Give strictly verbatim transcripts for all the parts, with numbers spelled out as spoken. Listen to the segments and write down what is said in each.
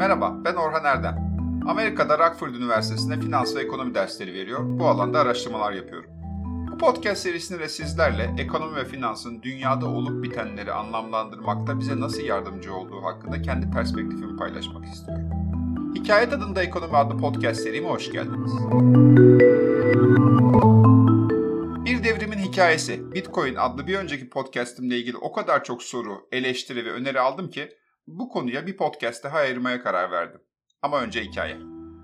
Merhaba, ben Orhan Erdem. Amerika'da Rockford Üniversitesi'nde finans ve ekonomi dersleri veriyor, bu alanda araştırmalar yapıyorum. Bu podcast serisinde sizlerle ekonomi ve finansın dünyada olup bitenleri anlamlandırmakta bize nasıl yardımcı olduğu hakkında kendi perspektifimi paylaşmak istiyorum. Hikaye Tadında Ekonomi adlı podcast serime hoş geldiniz. Bir Devrimin Hikayesi, Bitcoin adlı bir önceki podcastimle ilgili o kadar çok soru, eleştiri ve öneri aldım ki bu konuya bir podcast daha ayırmaya karar verdim. Ama önce hikaye.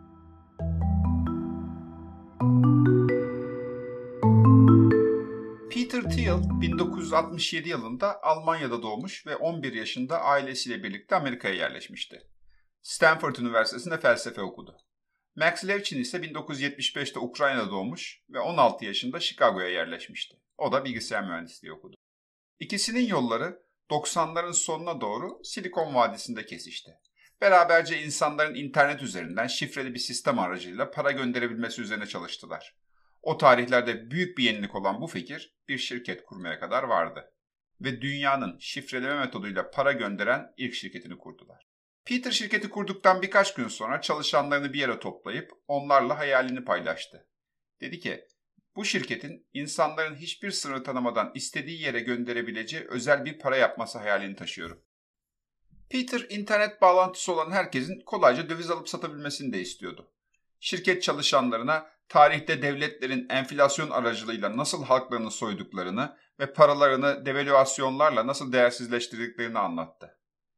Peter Thiel bin dokuz yüz altmış yedi yılında Almanya'da doğmuş ve on bir yaşında ailesiyle birlikte Amerika'ya yerleşmişti. Stanford Üniversitesi'nde felsefe okudu. Max Levchin ise bin dokuz yüz yetmiş beşte Ukrayna'da doğmuş ve on altı yaşında Chicago'ya yerleşmişti. O da bilgisayar mühendisliği okudu. İkisinin yolları doksanların sonuna doğru Silikon Vadisi'nde kesişti. Beraberce insanların internet üzerinden şifreli bir sistem aracılığıyla para gönderebilmesi üzerine çalıştılar. O tarihlerde büyük bir yenilik olan bu fikir bir şirket kurmaya kadar vardı. Ve dünyanın şifreleme metoduyla para gönderen ilk şirketini kurdular. Peter şirketi kurduktan birkaç gün sonra çalışanlarını bir yere toplayıp onlarla hayalini paylaştı. Dedi ki, bu şirketin insanların hiçbir sınır tanımadan istediği yere gönderebileceği özel bir para yapması hayalini taşıyorum. Peter, internet bağlantısı olan herkesin kolayca döviz alıp satabilmesini de istiyordu. Şirket çalışanlarına tarihte devletlerin enflasyon aracılığıyla nasıl halklarını soyduklarını ve paralarını devalüasyonlarla nasıl değersizleştirdiklerini anlattı.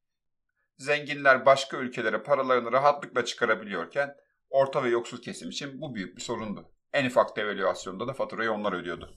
Zenginler başka ülkelere paralarını rahatlıkla çıkarabiliyorken orta ve yoksul kesim için bu büyük bir sorundu. En ufak devalüasyonda da faturayı onlar ödüyordu.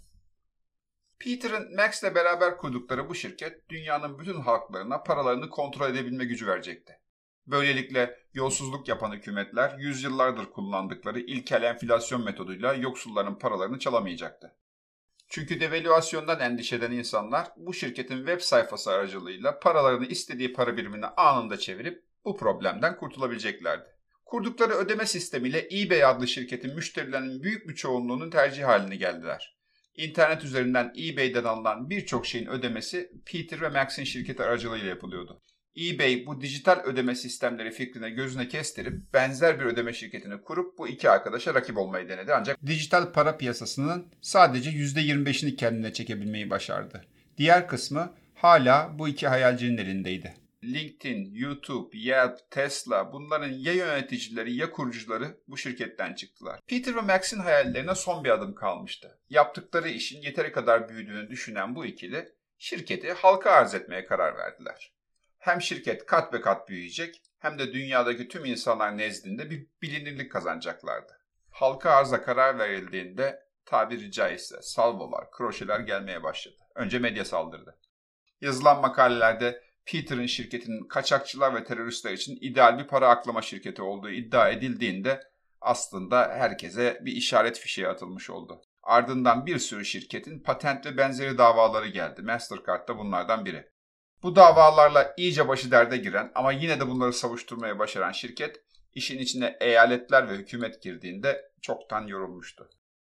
Peter'ın Max'le beraber kurdukları bu şirket dünyanın bütün halklarına paralarını kontrol edebilme gücü verecekti. Böylelikle yolsuzluk yapan hükümetler yüzyıllardır kullandıkları ilkel enflasyon metoduyla yoksulların paralarını çalamayacaktı. Çünkü devalüasyondan endişe eden insanlar bu şirketin web sayfası aracılığıyla paralarını istediği para birimine anında çevirip bu problemden kurtulabileceklerdi. Kurdukları ödeme sistemiyle eBay adlı şirketin müşterilerinin büyük bir çoğunluğunun tercih haline geldiler. İnternet üzerinden eBay'den alınan birçok şeyin ödemesi Peter ve Max'in şirketi aracılığıyla yapılıyordu. eBay bu dijital ödeme sistemleri fikrine gözüne kestirip benzer bir ödeme şirketini kurup bu iki arkadaşa rakip olmayı denedi. Ancak dijital para piyasasının sadece yüzde yirmi beşini kendine çekebilmeyi başardı. Diğer kısmı hala bu iki hayalcinin elindeydi. LinkedIn, YouTube, Yelp, Tesla bunların ya yöneticileri ya kurucuları bu şirketten çıktılar. Peter ve Max'in hayallerine son bir adım kalmıştı. Yaptıkları işin yeteri kadar büyüdüğünü düşünen bu ikili şirketi halka arz etmeye karar verdiler. Hem şirket kat be kat büyüyecek hem de dünyadaki tüm insanlar nezdinde bir bilinirlik kazanacaklardı. Halka arza karar verildiğinde tabiri caizse salvolar, kroşeler gelmeye başladı. Önce medya saldırdı. Yazılan makalelerde Peter'ın şirketinin kaçakçılar ve teröristler için ideal bir para aklama şirketi olduğu iddia edildiğinde aslında herkese bir işaret fişeği atılmış oldu. Ardından bir sürü şirketin patent ve benzeri davaları geldi. Mastercard da bunlardan biri. Bu davalarla iyice başı derde giren ama yine de bunları savuşturmaya başaran şirket, işin içine eyaletler ve hükümet girdiğinde çoktan yorulmuştu.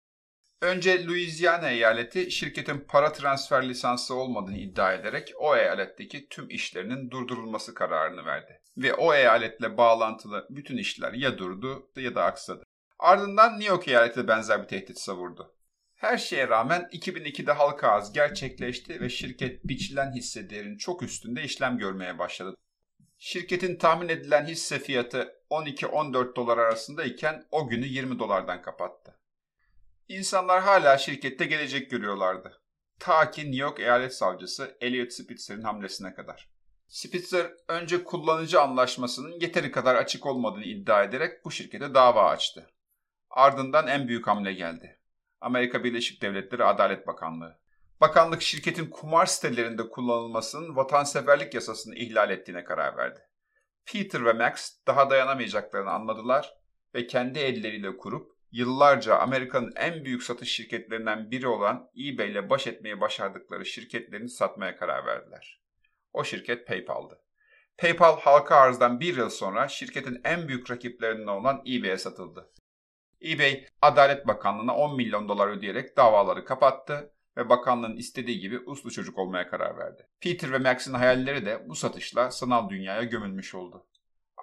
Önce Louisiana eyaleti şirketin para transfer lisansı olmadığını iddia ederek o eyaletteki tüm işlerinin durdurulması kararını verdi. Ve o eyaletle bağlantılı bütün işler ya durdu ya da aksadı. Ardından New York eyaleti de benzer bir tehdit savurdu. Her şeye rağmen iki bin ikide halka arz gerçekleşti ve şirket biçilen hisse değerinin çok üstünde işlem görmeye başladı. Şirketin tahmin edilen hisse fiyatı on iki on dört dolar arasındayken o günü yirmi dolardan kapattı. İnsanlar hala şirkette gelecek görüyorlardı. Ta ki New York Eyalet Savcısı Eliot Spitzer'in hamlesine kadar. Spitzer önce kullanıcı anlaşmasının yeteri kadar açık olmadığını iddia ederek bu şirkete dava açtı. Ardından en büyük hamle geldi. Amerika Birleşik Devletleri Adalet Bakanlığı. Bakanlık şirketin kumar sitelerinde kullanılmasının vatanseverlik yasasını ihlal ettiğine karar verdi. Peter ve Max daha dayanamayacaklarını anladılar ve kendi elleriyle kurup yıllarca Amerika'nın en büyük satış şirketlerinden biri olan eBay ile baş etmeyi başardıkları şirketlerini satmaya karar verdiler. O şirket PayPal'dı. PayPal halka arzdan bir yıl sonra şirketin en büyük rakiplerinden olan eBay'e satıldı. eBay, Adalet Bakanlığı'na on milyon dolar ödeyerek davaları kapattı ve bakanlığın istediği gibi uslu çocuk olmaya karar verdi. Peter ve Max'in hayalleri de bu satışla sanal dünyaya gömülmüş oldu.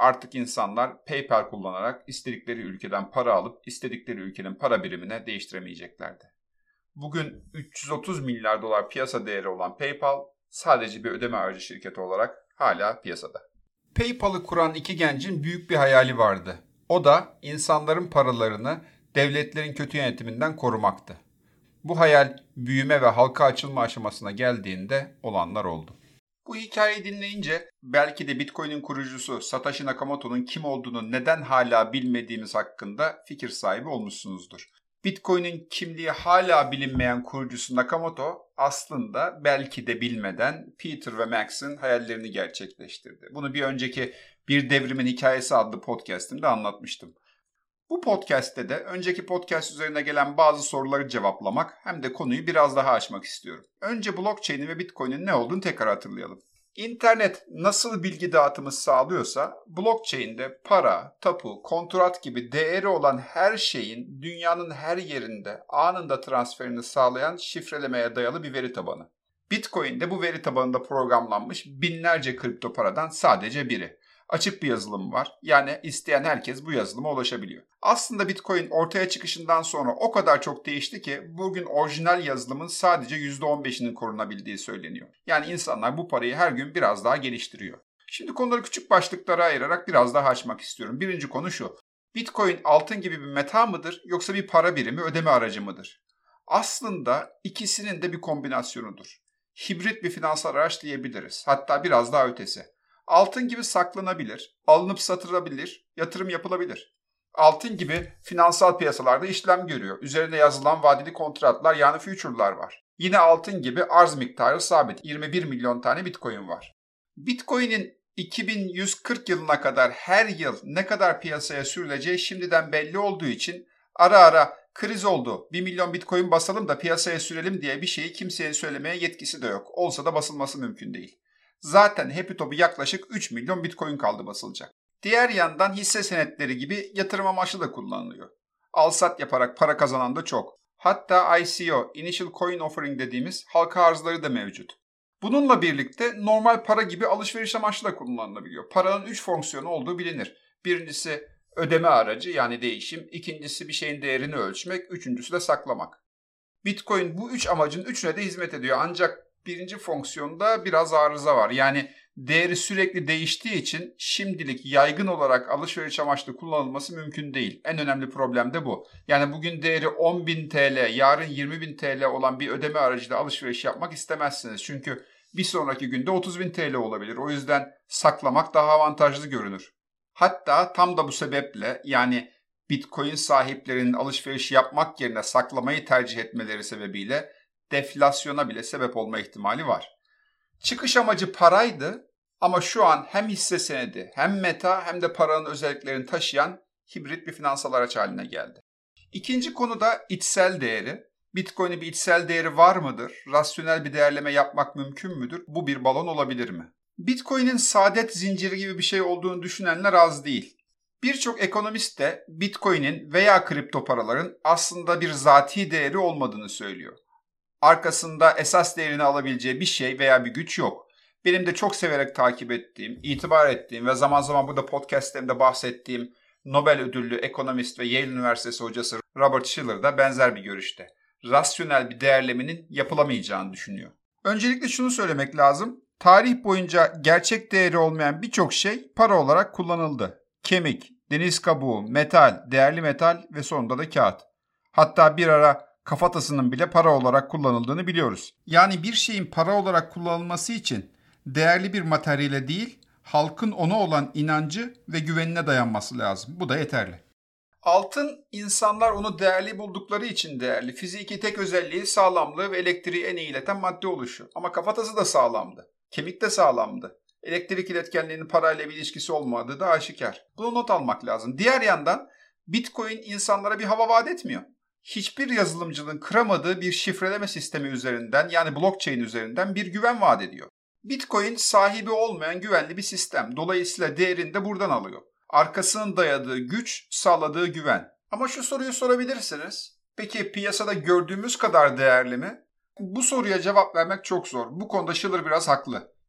Artık insanlar PayPal kullanarak istedikleri ülkeden para alıp istedikleri ülkenin para birimine değiştiremeyeceklerdi. Bugün üç yüz otuz milyar dolar piyasa değeri olan PayPal sadece bir ödeme aracı şirketi olarak hala piyasada. PayPal'ı kuran iki gencin büyük bir hayali vardı. O da insanların paralarını devletlerin kötü yönetiminden korumaktı. Bu hayal büyüme ve halka açılma aşamasına geldiğinde olanlar oldu. Bu hikayeyi dinleyince belki de Bitcoin'in kurucusu Satoshi Nakamoto'nun kim olduğunu neden hala bilmediğimiz hakkında fikir sahibi olmuşsunuzdur. Bitcoin'in kimliği hala bilinmeyen kurucusu Nakamoto aslında belki de bilmeden Peter ve Max'in hayallerini gerçekleştirdi. Bunu bir önceki Bir Devrimin Hikayesi adlı podcast'imde anlatmıştım. Bu podcast'te de önceki podcast üzerine gelen bazı soruları cevaplamak hem de konuyu biraz daha açmak istiyorum. Önce blockchain'in ve Bitcoin'in ne olduğunu tekrar hatırlayalım. İnternet nasıl bilgi dağıtımı sağlıyorsa blockchain'de para, tapu, kontrat gibi değeri olan her şeyin dünyanın her yerinde anında transferini sağlayan şifrelemeye dayalı bir veri tabanı. Bitcoin'de bu veri tabanında programlanmış binlerce kripto paradan sadece biri. Açık bir yazılım var. Yani isteyen herkes bu yazılıma ulaşabiliyor. Aslında Bitcoin ortaya çıkışından sonra o kadar çok değişti ki bugün orijinal yazılımın sadece yüzde on beşinin korunabildiği söyleniyor. Yani insanlar bu parayı her gün biraz daha geliştiriyor. Şimdi konuları küçük başlıklara ayırarak biraz daha açmak istiyorum. Birinci konu şu. Bitcoin altın gibi bir meta mıdır yoksa bir para birimi, ödeme aracı mıdır? Aslında ikisinin de bir kombinasyonudur. Hibrit bir finansal araç diyebiliriz. Hatta biraz daha ötesi. Altın gibi saklanabilir, alınıp satılabilir, yatırım yapılabilir. Altın gibi finansal piyasalarda işlem görüyor. Üzerine yazılan vadeli kontratlar yani future'lar var. Yine altın gibi arz miktarı sabit. yirmi bir milyon tane Bitcoin var. Bitcoin'in iki bin yüz kırk yılına kadar her yıl ne kadar piyasaya sürüleceği şimdiden belli olduğu için ara ara kriz oldu, bir milyon Bitcoin basalım da piyasaya sürelim diye bir şeyi kimseye söylemeye yetkisi de yok. Olsa da basılması mümkün değil. Zaten Happy Top'u yaklaşık üç milyon Bitcoin kaldı basılacak. Diğer yandan hisse senetleri gibi yatırım amaçlı da kullanılıyor. Al-sat yaparak para kazanan da çok. Hatta I C O, Initial Coin Offering dediğimiz halka arzları da mevcut. Bununla birlikte normal para gibi alışveriş amaçlı da kullanılabiliyor. Paranın üç fonksiyonu olduğu bilinir. Birincisi ödeme aracı yani değişim, ikincisi bir şeyin değerini ölçmek, üçüncüsü de saklamak. Bitcoin bu üç amacın üçüne de hizmet ediyor ancak birinci fonksiyonda biraz arıza var. Yani değeri sürekli değiştiği için şimdilik yaygın olarak alışveriş amaçlı kullanılması mümkün değil. En önemli problem de bu. Yani bugün değeri on bin T L, yarın yirmi bin T L olan bir ödeme aracıyla alışveriş yapmak istemezsiniz. Çünkü bir sonraki günde otuz bin T L olabilir. O yüzden saklamak daha avantajlı görünür. Hatta tam da bu sebeple yani Bitcoin sahiplerinin alışveriş yapmak yerine saklamayı tercih etmeleri sebebiyle deflasyona bile sebep olma ihtimali var. Çıkış amacı paraydı ama şu an hem hisse senedi hem meta hem de paranın özelliklerini taşıyan hibrit bir finansal araç haline geldi. İkinci konu da içsel değeri. Bitcoin'in bir içsel değeri var mıdır? Rasyonel bir değerleme yapmak mümkün müdür? Bu bir balon olabilir mi? Bitcoin'in saadet zinciri gibi bir şey olduğunu düşünenler az değil. Birçok ekonomist de Bitcoin'in veya kripto paraların aslında bir zati değeri olmadığını söylüyor. Arkasında esas değerini alabileceği bir şey veya bir güç yok. Benim de çok severek takip ettiğim, itibar ettiğim ve zaman zaman burada podcastlerimde bahsettiğim Nobel ödüllü ekonomist ve Yale Üniversitesi hocası Robert Shiller da benzer bir görüşte. Rasyonel bir değerlemenin yapılamayacağını düşünüyor. Öncelikle şunu söylemek lazım. Tarih boyunca gerçek değeri olmayan birçok şey para olarak kullanıldı. Kemik, deniz kabuğu, metal, değerli metal ve sonunda da kağıt. Hatta bir ara kafatasının bile para olarak kullanıldığını biliyoruz. Yani bir şeyin para olarak kullanılması için değerli bir materyale değil, halkın ona olan inancı ve güvenine dayanması lazım. Bu da yeterli. Altın, insanlar onu değerli buldukları için değerli. Fiziki tek özelliği sağlamlığı ve elektriği en iyi ileten madde oluşu. Ama kafatası da sağlamdı. Kemik de sağlamdı. Elektrik iletkenliğinin parayla bir ilişkisi olmadığı da aşikar. Bunu not almak lazım. Diğer yandan Bitcoin insanlara bir hava vaat etmiyor. Hiçbir yazılımcının kıramadığı bir şifreleme sistemi üzerinden yani blockchain üzerinden bir güven vaat ediyor. Bitcoin sahibi olmayan güvenli bir sistem. Dolayısıyla değerini de buradan alıyor. Arkasının dayadığı güç, sağladığı güven. Ama şu soruyu sorabilirsiniz. Peki piyasada gördüğümüz kadar değerli mi? Bu soruya cevap vermek çok zor. Bu konuda Shiller biraz haklı.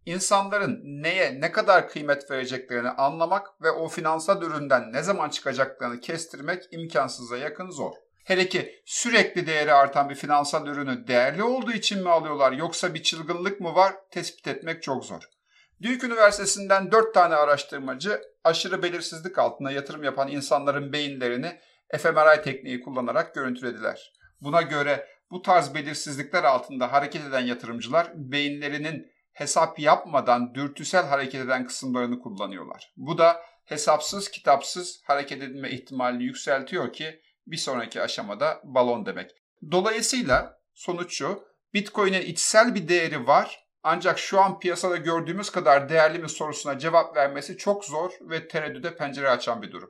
İnsanların neye ne kadar kıymet vereceklerini anlamak ve o finansal üründen ne zaman çıkacaklarını kestirmek imkansıza yakın zor. Hele ki sürekli değeri artan bir finansal ürünü değerli olduğu için mi alıyorlar yoksa bir çılgınlık mı var tespit etmek çok zor. Duke Üniversitesi'nden dört tane araştırmacı aşırı belirsizlik altında yatırım yapan insanların beyinlerini F M R I tekniği kullanarak görüntülediler. Buna göre bu tarz belirsizlikler altında hareket eden yatırımcılar beyinlerinin hesap yapmadan dürtüsel hareket eden kısımlarını kullanıyorlar. Bu da hesapsız kitapsız hareket edilme ihtimalini yükseltiyor ki bir sonraki aşamada balon demek. Dolayısıyla sonuç şu, Bitcoin'in içsel bir değeri var ancak şu an piyasada gördüğümüz kadar değerli mi sorusuna cevap vermesi çok zor ve tereddüde pencere açan bir durum.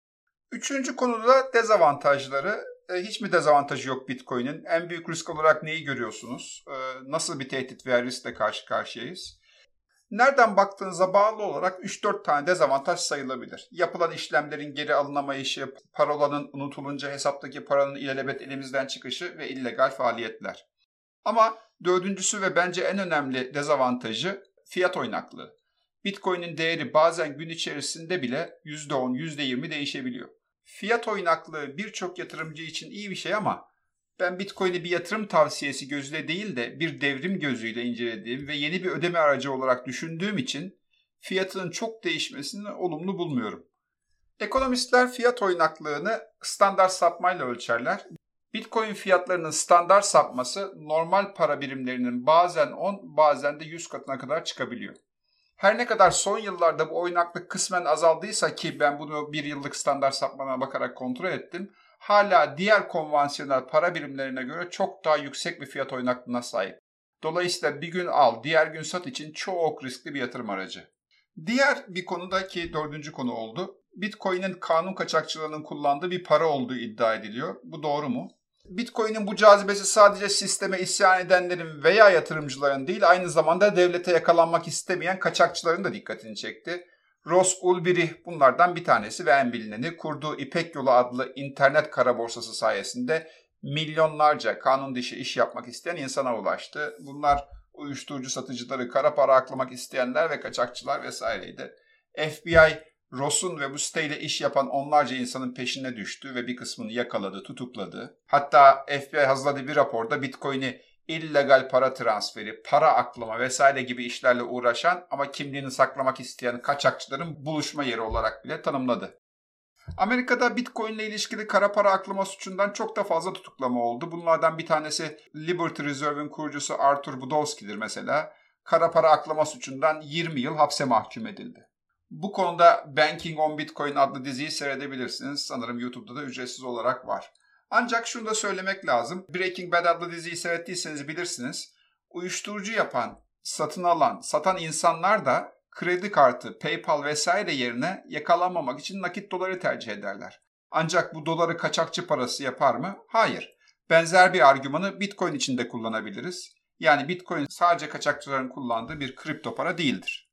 Üçüncü konuda dezavantajları. E, hiç mi dezavantajı yok Bitcoin'in? En büyük risk olarak neyi görüyorsunuz? E, nasıl bir tehdit veya riskle karşı karşıyayız? Nereden baktığınıza bağlı olarak üç dört tane dezavantaj sayılabilir. Yapılan işlemlerin geri alınamayışı, parolanın unutulunca hesaptaki paranın ilelebet elimizden çıkışı ve illegal faaliyetler. Ama dördüncüsü ve bence en önemli dezavantajı fiyat oynaklığı. Bitcoin'in değeri bazen gün içerisinde bile yüzde on, yüzde yirmi değişebiliyor. Fiyat oynaklığı birçok yatırımcı için iyi bir şey ama ben Bitcoin'i bir yatırım tavsiyesi gözüyle değil de bir devrim gözüyle incelediğim ve yeni bir ödeme aracı olarak düşündüğüm için fiyatının çok değişmesini olumlu bulmuyorum. Ekonomistler fiyat oynaklığını standart sapmayla ölçerler. Bitcoin fiyatlarının standart sapması normal para birimlerinin bazen on bazen de yüz katına kadar çıkabiliyor. Her ne kadar son yıllarda bu oynaklık kısmen azaldıysa ki ben bunu bir yıllık standart sapmana bakarak kontrol ettim, hala diğer konvansiyonel para birimlerine göre çok daha yüksek bir fiyat oynaklığına sahip. Dolayısıyla bir gün al, diğer gün sat için çok riskli bir yatırım aracı. Diğer bir konuda ki dördüncü konu oldu, Bitcoin'in kanun kaçakçılarının kullandığı bir para olduğu iddia ediliyor. Bu doğru mu? Bitcoin'in bu cazibesi sadece sisteme isyan edenlerin veya yatırımcıların değil, aynı zamanda devlete yakalanmak istemeyen kaçakçıların da dikkatini çekti. Ross Ulbricht bunlardan bir tanesi ve en bilineni kurduğu İpek Yolu adlı internet kara borsası sayesinde milyonlarca kanun dışı iş yapmak isteyen insana ulaştı. Bunlar uyuşturucu satıcıları, kara para aklamak isteyenler ve kaçakçılar vesaireydi. F B I, Ross'un ve bu siteyle iş yapan onlarca insanın peşine düştü ve bir kısmını yakaladı, tutukladı. Hatta F B I hazırladığı bir raporda Bitcoin'i illegal para transferi, para aklama vesaire gibi işlerle uğraşan ama kimliğini saklamak isteyen kaçakçıların buluşma yeri olarak bile tanımladı. Amerika'da Bitcoin ile ilişkili kara para aklama suçundan çok da fazla tutuklama oldu. Bunlardan bir tanesi Liberty Reserve'in kurucusu Arthur Budowski'dir mesela. Kara para aklama suçundan yirmi yıl hapse mahkum edildi. Bu konuda Banking on Bitcoin adlı diziyi seyredebilirsiniz. Sanırım YouTube'da da ücretsiz olarak var. Ancak şunu da söylemek lazım. Breaking Bad adlı diziyi seyrettiyseniz bilirsiniz. Uyuşturucu yapan, satın alan, satan insanlar da kredi kartı, PayPal vesaire yerine yakalanmamak için nakit doları tercih ederler. Ancak bu doları kaçakçı parası yapar mı? Hayır. Benzer bir argümanı Bitcoin için de kullanabiliriz. Yani Bitcoin sadece kaçakçıların kullandığı bir kripto para değildir.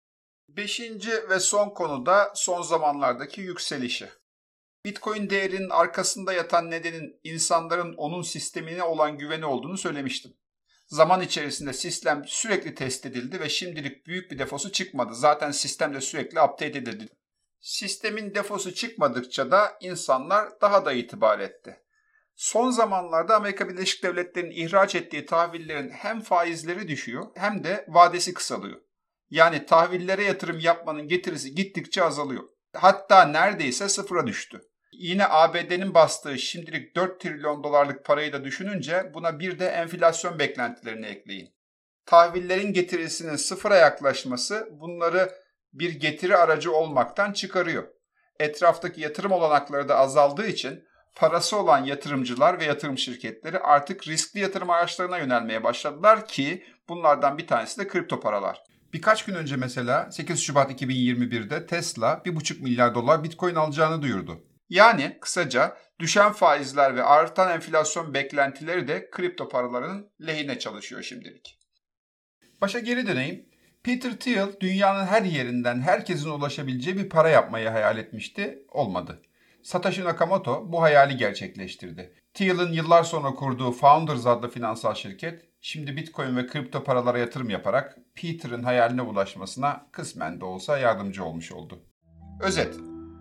Beşinci ve son konu da son zamanlardaki yükselişi. Bitcoin değerinin arkasında yatan nedenin insanların onun sistemine olan güveni olduğunu söylemiştim. Zaman içerisinde sistem sürekli test edildi ve şimdilik büyük bir defosu çıkmadı. Zaten sistem de sürekli update edildi. Sistemin defosu çıkmadıkça da insanlar daha da itibar etti. Son zamanlarda Amerika Birleşik Devletleri'nin ihraç ettiği tahvillerin hem faizleri düşüyor hem de vadesi kısalıyor. Yani tahvillere yatırım yapmanın getirisi gittikçe azalıyor. Hatta neredeyse sıfıra düştü. Yine A B D'nin bastığı şimdilik dört trilyon dolarlık parayı da düşününce buna bir de enflasyon beklentilerini ekleyin. Tahvillerin getirisinin sıfıra yaklaşması bunları bir getiri aracı olmaktan çıkarıyor. Etraftaki yatırım olanakları da azaldığı için parası olan yatırımcılar ve yatırım şirketleri artık riskli yatırım araçlarına yönelmeye başladılar ki bunlardan bir tanesi de kripto paralar. Birkaç gün önce mesela sekiz Şubat iki bin yirmi birde Tesla bir buçuk milyar dolar Bitcoin alacağını duyurdu. Yani kısaca düşen faizler ve artan enflasyon beklentileri de kripto paraların lehine çalışıyor şimdilik. Başa geri döneyim. Peter Thiel dünyanın her yerinden herkesin ulaşabileceği bir para yapmayı hayal etmişti. Olmadı. Satoshi Nakamoto bu hayali gerçekleştirdi. Thiel'in yıllar sonra kurduğu Founders adlı finansal şirket, şimdi Bitcoin ve kripto paralara yatırım yaparak Peter'ın hayaline ulaşmasına kısmen de olsa yardımcı olmuş oldu. Özet.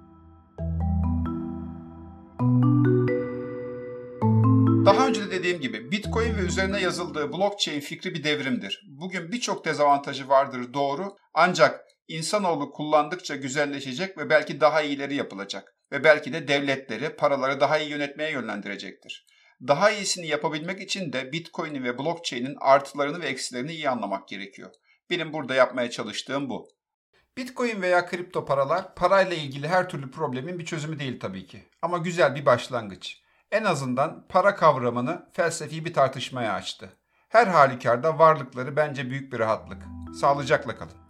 Daha önce de dediğim gibi Bitcoin ve üzerine yazıldığı blockchain fikri bir devrimdir. Bugün birçok dezavantajı vardır, doğru, ancak insanoğlu kullandıkça güzelleşecek ve belki daha iyileri yapılacak. Ve belki de devletleri, paraları daha iyi yönetmeye yönlendirecektir. Daha iyisini yapabilmek için de Bitcoin'in ve blockchain'in artılarını ve eksilerini iyi anlamak gerekiyor. Benim burada yapmaya çalıştığım bu. Bitcoin veya kripto paralar parayla ilgili her türlü problemin bir çözümü değil tabii ki. Ama güzel bir başlangıç. En azından para kavramını felsefi bir tartışmaya açtı. Her halükarda varlıkları bence büyük bir rahatlık. Sağlıcakla kalın.